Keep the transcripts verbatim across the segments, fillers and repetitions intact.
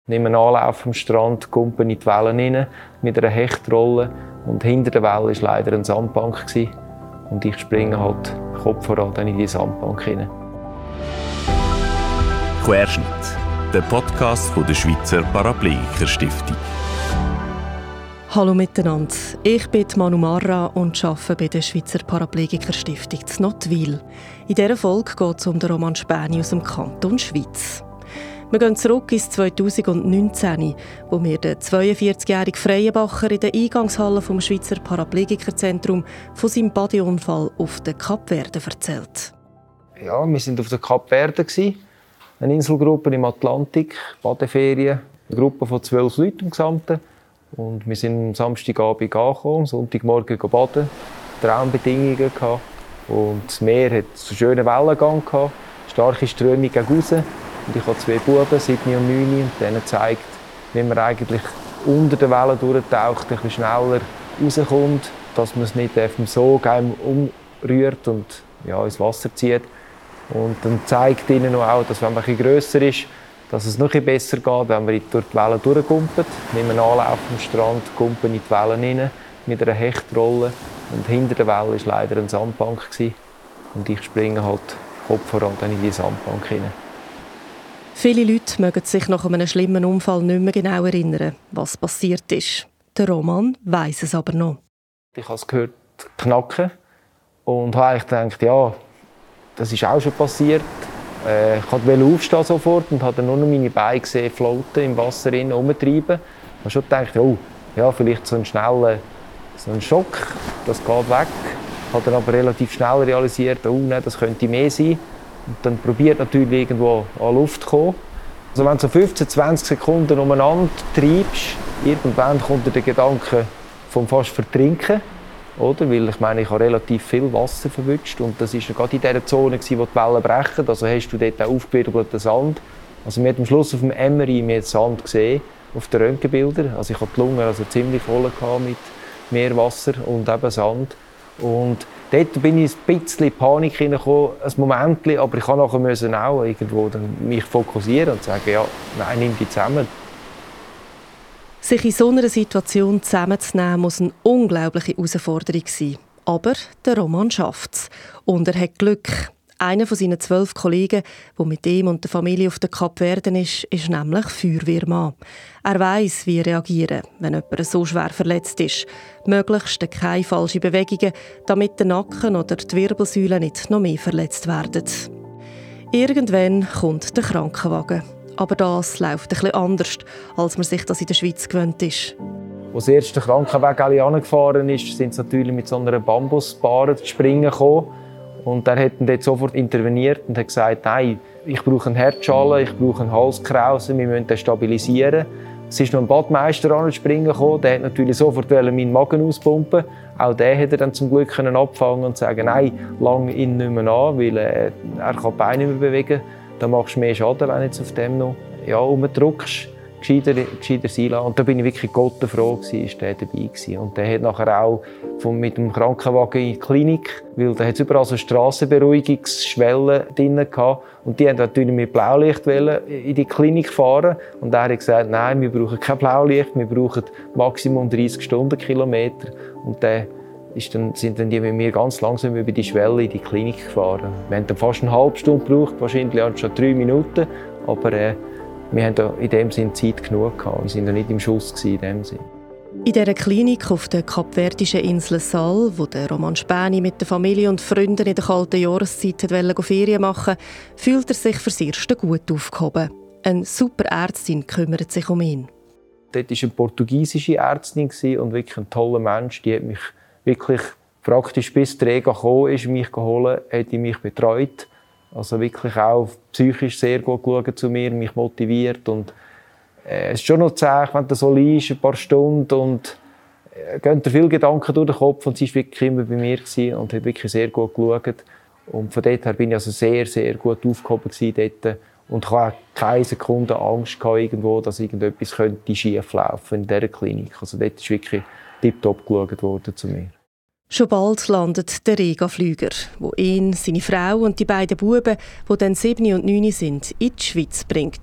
Nehme einen Anlauf am Strand, kumpe in die Wellen rein mit einer Hechtrolle und hinter der Welle war leider eine Sandbank. Und ich springe halt Kopf voran dann in die Sandbank hinein. Querschnitt, der Podcast von der Schweizer Paraplegiker-Stiftung. Hallo miteinander, ich bin Manu Marra und arbeite bei der Schweizer Paraplegiker-Stiftung in Nottwil. In dieser Folge geht es um den Roman Späni aus dem Kanton Schwyz. Wir gehen zurück ins zweitausendneunzehn, wo mir der zweiundvierzigjährige Freienbacher in der Eingangshalle vom Schweizer Paraplegikerzentrum von seinem Bodyunfall auf den Kapverden erzählt. Ja, wir waren auf den Kapverden, eine Inselgruppe im Atlantik, Badeferien, eine Gruppe von zwölf Leuten im Gesamten. Und wir sind am Samstagabend angekommen, am Sonntagmorgen baden, Traumbedingungen gehabt. Und das Meer hatte so schönen Wellengang gehabt, starke Strömung gegen raus. Und ich habe zwei Buben, sieben und neun, und denen zeigt, wie man eigentlich unter der Welle durchtaucht, ein bisschen schneller rauskommt, dass man es nicht vom Sog umrührt und ja, ins Wasser zieht. Und dann zeigt ihnen auch, dass wenn man ein bisschen grösser ist, dass es noch ein bisschen besser geht, wenn man durch die Wellen durchkumpelt. Nehme einen Anlauf am Strand, kumpe in die Wellen rein mit einer Hechtrolle. Und hinter der Welle war leider eine Sandbank. Und ich springe halt Kopf voran dann in die Sandbank hinein. Viele Leute mögen sich nach einem schlimmen Unfall nicht mehr genau erinnern, was passiert ist. Der Roman weiss es aber noch. Ich habe es gehört knacken und habe eigentlich gedacht, ja, das ist auch schon passiert. Äh, ich wollte aufstehen sofort und habe dann nur noch meine Beine gesehen, floaten im Wasser herumtreiben. Ich habe schon gedacht, oh, ja, vielleicht so ein schneller so ein Schock, das geht weg. Ich habe dann aber relativ schnell realisiert, oh, nein, das könnte mehr sein. Und dann probiert natürlich irgendwo an Luft zu kommen. Also wenn du so fünfzehn, zwanzig Sekunden umeinander treibst, irgendwann kommt dir der Gedanke vom fast Vertrinken. Oder? Weil ich meine, ich habe relativ viel Wasser verwünscht und das war ja gerade in dieser Zone, wo die Wellen brechen. Also hast du dort auch aufgewirbelten Sand. Also wir haben am Schluss auf dem M R I wir Sand gesehen, auf den Röntgenbildern. Also ich hatte die Lungen also ziemlich voll mit Meerwasser und eben Sand. Und dort bin ich ein bisschen in Panik hineingekommen, ein Moment, aber ich musste nachher auch irgendwo dann mich fokussieren und sagen, ja, nein, nimm dich zusammen. Sich in so einer Situation zusammenzunehmen, muss eine unglaubliche Herausforderung sein. Aber der Roman schafft es. Und er hat Glück. Einer von seinen zwölf Kollegen, der mit ihm und der Familie auf den Kapverden ist, ist nämlich Feuerwehrmann. Er weiss, wie reagieren, wenn jemand so schwer verletzt ist. Möglichst keine falschen Bewegungen, damit der Nacken oder die Wirbelsäule nicht noch mehr verletzt werden. Irgendwann kommt der Krankenwagen. Aber das läuft etwas anders, als man sich das in der Schweiz gewöhnt ist. Als der erste Krankenwagen angefahren ist, sind sie natürlich mit so einer Bambusbahre zu springen gekommen. Und er hat dann dort sofort interveniert und hat gesagt, nein, ich brauche eine Herzschale, ich brauche einen Halskrause, wir müssen den stabilisieren. Es ist noch ein Badmeister an springen gekommen, der hat natürlich sofort meinen Magen auspumpen. Auch den hat er dann zum Glück abfangen und sagen, nein, lang ihn nicht mehr an, weil äh, er kann die Beine nicht mehr bewegen. Dann machst du mehr Schaden, wenn du jetzt auf dem noch ja, rumdrückst. Gescheiter, gescheiter sein lassen. Und da bin ich wirklich gottenfroh, dass der dabei war. Und der hat nachher auch vom, mit dem Krankenwagen in die Klinik, weil da hat es überall so Strassenberuhigungsschwellen drin gehabt. Und die wollten natürlich mit Blaulicht in die Klinik fahren. Und er hat gesagt, nein, wir brauchen kein Blaulicht, wir brauchen Maximum dreißig Stundenkilometer. Und dann ist dann, sind dann die mit mir ganz langsam über die Schwelle in die Klinik gefahren. Wir haben dann fast eine halbe Stunde gebraucht, wahrscheinlich anstatt drei Minuten. Aber äh, wir hatten in dem Sinne Zeit genug gehabt. Wir waren da nicht im Schuss in dem Sinne. In dieser Klinik auf der kapverdischen Insel Sal, wo der Roman Späni mit der Familie und Freunden in der kalten Jahreszeit Ferien machen wollte, fühlt er sich fürs Erste gut aufgehoben. Eine super Ärztin kümmert sich um ihn. Dort war eine portugiesische Ärztin und wirklich ein toller Mensch. Die hat mich wirklich praktisch bis der Ega gekommen ist, mich geholt, hat mich betreut. Also wirklich auch psychisch sehr gut geschaut zu mir, mich motiviert. Und, äh, es ist schon noch zäh, wenn du so liegst, ein paar Stunden und äh, gehen dir viele Gedanken durch den Kopf. Und sie war wirklich immer bei mir und hat wirklich sehr gut geschaut. Und von dort her bin ich also sehr, sehr gut aufgehoben dort. Und ich hatte keine Sekunde Angst gehabt, irgendwo, dass irgendetwas könnte schief laufen in dieser Klinik. Also dort ist wirklich tiptop geschaut worden zu mir. Schon bald landet der Rega-Flüger, wo ihn, seine Frau und die beiden Buben, die dann sieben und neun sind, in die Schweiz bringt.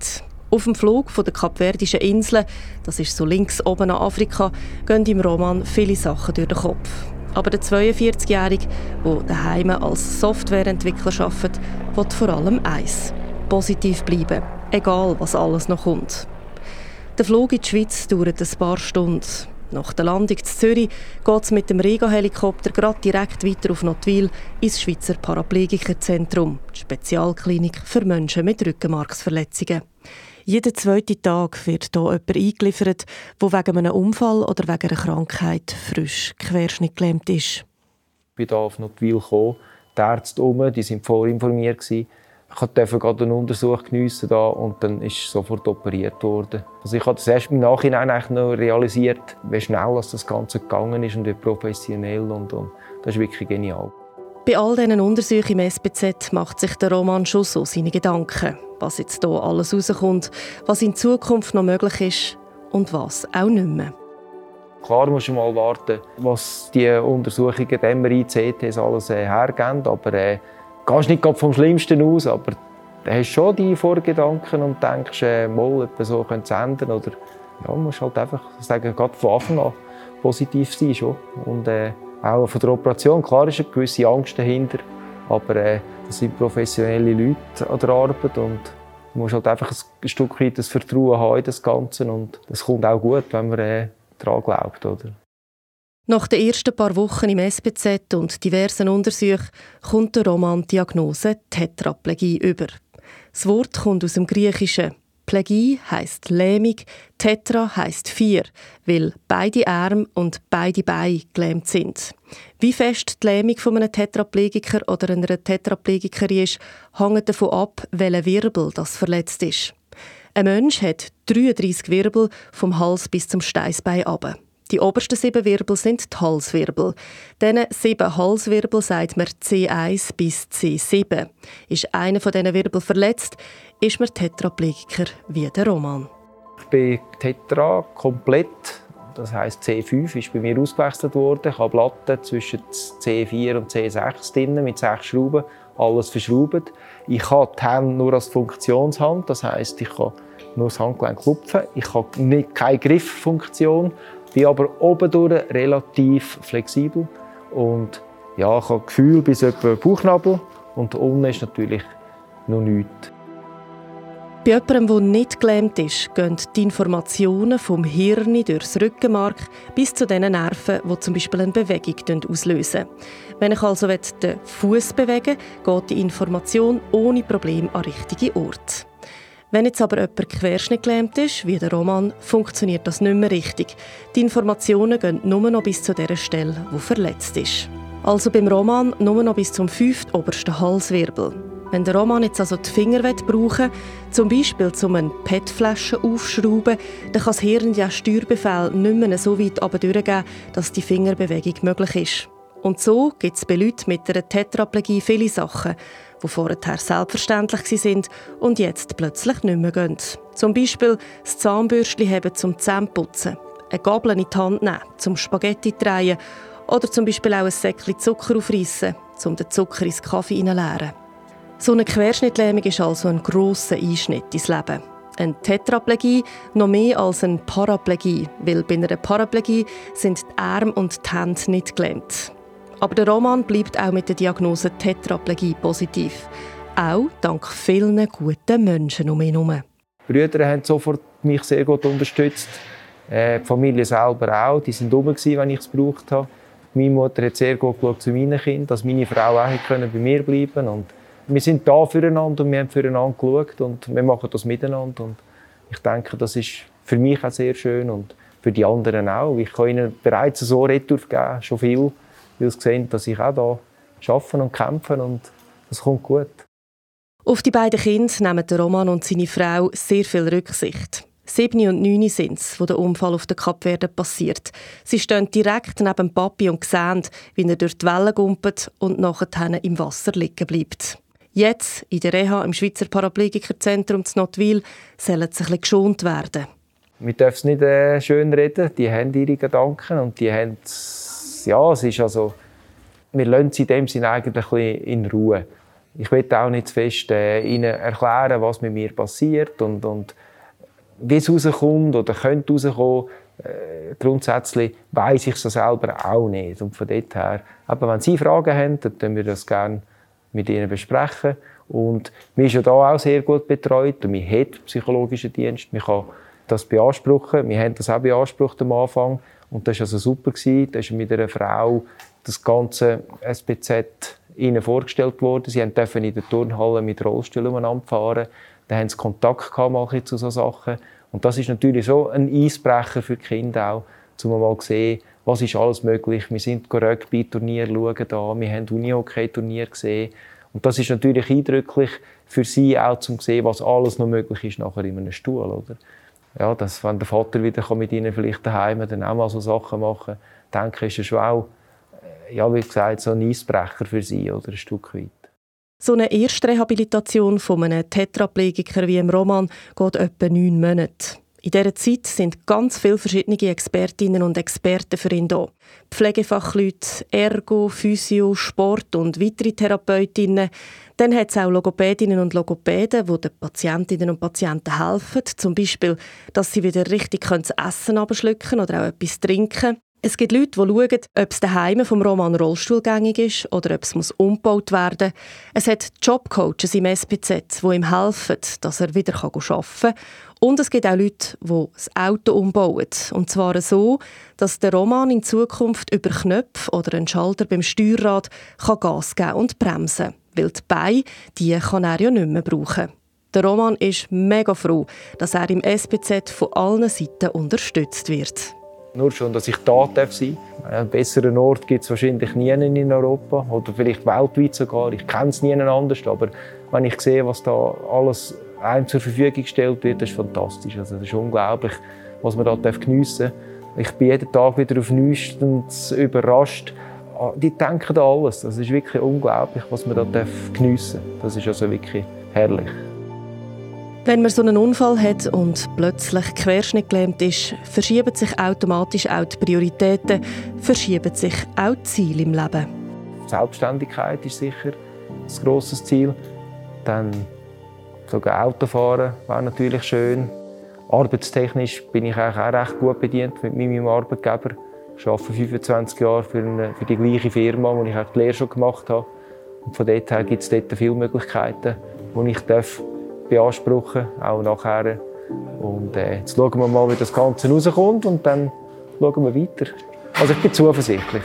Auf dem Flug von den Kapverdischen Inseln, das ist so links oben an Afrika, gehen im Roman viele Sachen durch den Kopf. Aber der zweiundvierzigjährige, der daheim als Softwareentwickler arbeitet, will vor allem eins: positiv bleiben, egal was alles noch kommt. Der Flug in die Schweiz dauert ein paar Stunden. Nach der Landung in Zürich geht es mit dem Rega-Helikopter gerade direkt weiter auf Nottwil ins Schweizer Paraplegikerzentrum, die Spezialklinik für Menschen mit Rückenmarksverletzungen. Jeden zweiten Tag wird hier jemand eingeliefert, der wegen einem Unfall oder wegen einer Krankheit frisch querschnittgelähmt ist. Ich bin hier auf Nottwil gekommen, die Ärzte um, die waren vorinformiert. Ich durfte gerade einen Untersuch geniessen da und dann ist sofort operiert worden. Also ich habe das erst im Nachhinein eigentlich noch realisiert, wie schnell das Ganze gegangen ist und wie professionell. Und, und das ist wirklich genial. Bei all diesen Untersuchungen im S B Z macht sich der Roman schon so seine Gedanken, was jetzt hier alles rauskommt, was in Zukunft noch möglich ist und was auch nicht mehr. Klar musst du mal warten, was die Untersuchungen, die M R I, C Ts alles äh, hergeben, aber äh, gehst nicht vom Schlimmsten aus, aber du hast schon die Vorgedanken und denkst, äh, mal, so könnte es ändern. Oder ja, man muss halt einfach sagen, gerade von Anfang an positiv sein. Schon. Und äh, auch von der Operation, klar ist eine gewisse Angst dahinter, aber äh, das sind professionelle Leute an der Arbeit und du musst halt einfach ein Stück weit das Vertrauen haben in das Ganze und es kommt auch gut, wenn man äh, daran glaubt. Oder? Nach den ersten paar Wochen im S B Z und diversen Untersuchungen kommt der Roman die Diagnose Tetraplegie über. Das Wort kommt aus dem Griechischen. Plegie heisst Lähmung, Tetra heisst vier, weil beide Arme und beide Beine gelähmt sind. Wie fest die Lähmung von einem Tetraplegiker oder einer Tetraplegikerin ist, hängt davon ab, welcher Wirbel das verletzt ist. Ein Mensch hat dreiunddreissig Wirbel vom Hals bis zum Steißbein runter. Die obersten sieben Wirbel sind die Halswirbel. Diesen sieben Halswirbel sagt man C eins bis C sieben. Ist einer von diesen Wirbeln verletzt, ist man Tetraplegiker wie der Roman. Ich bin Tetra komplett, das heisst C fünf ist bei mir ausgewechselt worden. Ich habe Platten zwischen C vier und C sechs drin, mit sechs Schrauben, alles verschraubt. Ich habe die Hände nur als Funktionshand, das heisst, ich kann nur das Handgelenk klopfen. Ich habe nicht, keine Grifffunktion. Bin aber obendurch relativ flexibel und ja, ich habe Gefühl bis etwa Bauchnabel und unten ist natürlich noch nichts. Bei jemandem, der nicht gelähmt ist, gehen die Informationen vom Hirn durchs Rückenmark bis zu den Nerven, die zum Beispiel eine Bewegung auslösen. Wenn ich also den Fuß bewegen will, geht die Information ohne Problem an den richtigen Ort. Wenn jetzt aber jemand querschnittgelähmt ist, wie der Roman, funktioniert das nicht mehr richtig. Die Informationen gehen nur noch bis zu der Stelle, die verletzt ist. Also beim Roman nur noch bis zum fünften obersten Halswirbel. Wenn der Roman jetzt also die Finger brauchen will, zum Beispiel um eine P E T-Flasche aufzuschrauben, dann kann das Hirn ja Steuerbefehl nicht mehr so weit durchgeben, dass die Fingerbewegung möglich ist. Und so gibt es bei Leuten mit einer Tetraplegie viele Sachen, die vorher selbstverständlich waren und jetzt plötzlich nicht mehr gehen. Zum Beispiel das Zahnbürstchen haben zum Zähneputzen, eine Gabel in die Hand nehmen, zum Spaghetti drehen oder zum Beispiel auch ein Säckchen Zucker aufreissen, um den Zucker ins Kaffee hineinzuleeren. So eine Querschnittlähmung ist also ein grosser Einschnitt ins Leben. Eine Tetraplegie noch mehr als eine Paraplegie, weil bei einer Paraplegie sind die Arme und die Hände nicht gelähmt. Aber der Roman bleibt auch mit der Diagnose Tetraplegie positiv. Auch dank vielen guten Menschen um ihn herum. Die Brüder haben sofort mich sehr gut unterstützt. Äh, die Familie selber auch. Die waren dumm, wenn ich es gebraucht habe. Meine Mutter hat sehr gut geschaut zu meinen Kindern, dass meine Frau auch bei mir bleiben konnte. Und wir sind da füreinander und wir haben füreinander geschaut und wir machen das miteinander. Und ich denke, das ist für mich auch sehr schön und für die anderen auch. Ich kann ihnen bereits so Retour geben, schon viel. Weil sie sehen, dass ich auch hier arbeite und kämpfe und das kommt gut. Auf die beiden Kinder nehmen der Roman und seine Frau sehr viel Rücksicht. Sieben und neun sind es, wo der Unfall auf der Kapverde passiert. Sie stehen direkt neben Papi und sehen, wie er durch die Wellen gumpelt und nachher im Wasser liegen bleibt. Jetzt, in der Reha im Schweizer Paraplegikerzentrum in Nottwil, sollen sie ein bisschen geschont werden. Wir dürfen es nicht äh, schön reden. Die haben ihre Gedanken und die haben ja, es ist also, wir lassen sie in dem Sinne eigentlich ein bisschen in Ruhe. Ich will auch nicht zu fest äh, ihnen erklären, was mit mir passiert und, und Wie es rauskommt oder könnte rauskommen, äh, grundsätzlich weiss ich es selber auch nicht. Und von dort her, aber wenn Sie Fragen haben, dann können wir das gerne mit Ihnen besprechen. Und wir sind ja da auch sehr gut betreut. Und wir haben psychologischen Dienst. Man kann das beanspruchen. Wir haben das auch beansprucht am Anfang. Und das war also super. Da ist mit einer Frau das ganze S P Z ihnen vorgestellt worden. Sie durften in der Turnhalle mit Rollstuhl umeinander fahren. Da haben sie Kontakt gehabt, mal zu solchen Sachen. Und das ist natürlich so ein Eisbrecher für die Kinder auch, um mal zu sehen, was ist alles möglich. Wir sind Rugby-Turnier schauen da, wir haben Unihockey-Turnier gesehen. Und das ist natürlich eindrücklich für sie auch, um zu sehen, was alles noch möglich ist nachher in einem Stuhl. Oder? Ja, dass, wenn der Vater wieder mit ihnen vielleicht daheim dann auch mal so Sachen machen kann, denke ich, ist es schon auch, ja, wie gesagt, so ein Eisbrecher für sie, oder ein Stück weit. So eine Erstrehabilitation von einem Tetraplegiker wie im Roman geht etwa neun Monate. In dieser Zeit sind ganz viele verschiedene Expertinnen und Experten für ihn da. Pflegefachleute, Ergo, Physio, Sport und weitere Therapeutinnen. Dann hat es auch Logopädinnen und Logopäden, die den Patientinnen und Patienten helfen. Zum Beispiel, dass sie wieder richtig das Essen abschlucken oder auch etwas trinken. Es gibt Leute, die schauen, ob es daheim vom Roman rollstuhlgängig ist oder ob es muss umgebaut werden muss. Es hat Jobcoaches im S P Z, die ihm helfen, dass er wieder arbeiten kann. Und es gibt auch Leute, die das Auto umbauen. Und zwar so, dass der Roman in Zukunft über Knöpfe oder einen Schalter beim Steuerrad kann Gas geben und bremsen kann. Weil die Beine, die kann er ja nicht mehr brauchen. Der Roman ist mega froh, dass er im S P Z von allen Seiten unterstützt wird. Nur schon, dass ich da sein darf. Einen besseren Ort gibt es wahrscheinlich nie in Europa oder vielleicht weltweit sogar. Ich kenne es nie anders, aber wenn ich sehe, was da alles einem zur Verfügung gestellt wird, das ist fantastisch. Also das ist unglaublich, was man da geniessen darf. Ich bin jeden Tag wieder auf Neuestes überrascht. Die denken da alles. Das ist wirklich unglaublich, was man da geniessen darf. Das ist also wirklich herrlich. Wenn man so einen Unfall hat und plötzlich querschnittgelähmt ist, verschieben sich automatisch auch die Prioritäten, verschieben sich auch die Ziele im Leben. Selbstständigkeit ist sicher ein grosses Ziel. Dann sogar Autofahren wäre natürlich schön. Arbeitstechnisch bin ich eigentlich auch recht gut bedient mit meinem Arbeitgeber. Ich arbeite fünfundzwanzig Jahre für, eine, für die gleiche Firma, wo ich auch die Lehre schon gemacht habe. Und von dort her gibt es dort viele Möglichkeiten, die ich darf beanspruchen, auch nachher. Und äh, jetzt schauen wir mal, wie das Ganze rauskommt und dann schauen wir weiter. Also ich bin zuversichtlich.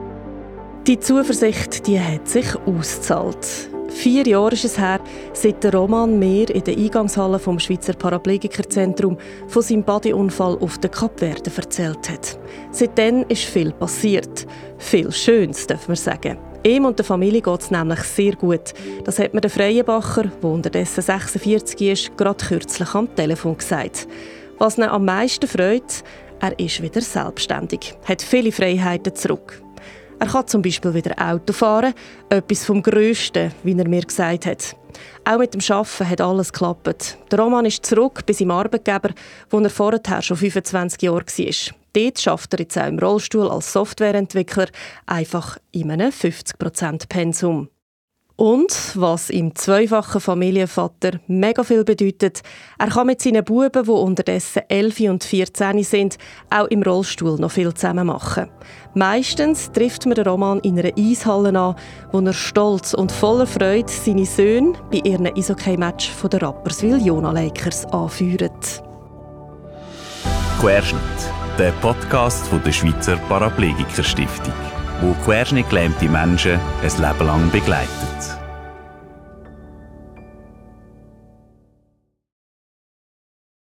Die Zuversicht, die hat sich ausgezahlt. Vier Jahre ist es her, seit der Roman mir in der Eingangshalle vom Schweizer Paraplegikerzentrum von seinem Bodyunfall auf den Kapverden erzählt hat. Seitdem ist viel passiert. Viel Schönes, darf man sagen. Ihm und der Familie geht es nämlich sehr gut. Das hat mir der Freienbacher, der unterdessen sechsundvierzig ist, gerade kürzlich am Telefon gesagt. Was ihn am meisten freut, er ist wieder selbstständig, hat viele Freiheiten zurück. Er kann zum Beispiel wieder Auto fahren, etwas vom Grössten, wie er mir gesagt hat. Auch mit dem Arbeiten hat alles geklappt. Der Roman ist zurück bei seinem Arbeitgeber, wo er vorher schon fünfundzwanzig Jahre war. Dort arbeitet er jetzt auch im Rollstuhl als Softwareentwickler, einfach in einem fünfzig Prozent Pensum. Und, was im zweifachen Familienvater mega viel bedeutet, er kann mit seinen Buben, die unterdessen elf und vierzehn sind, auch im Rollstuhl noch viel zusammen machen. Meistens trifft man den Roman in einer Eishalle an, wo er stolz und voller Freude seine Söhne bei ihren Eishockey-Match von der Rapperswil Jona Lakers anführt. Querschnitt, der Podcast von der Schweizer Paraplegiker Stiftung, wo querschnittgelähmte Menschen ein Leben lang begleitet.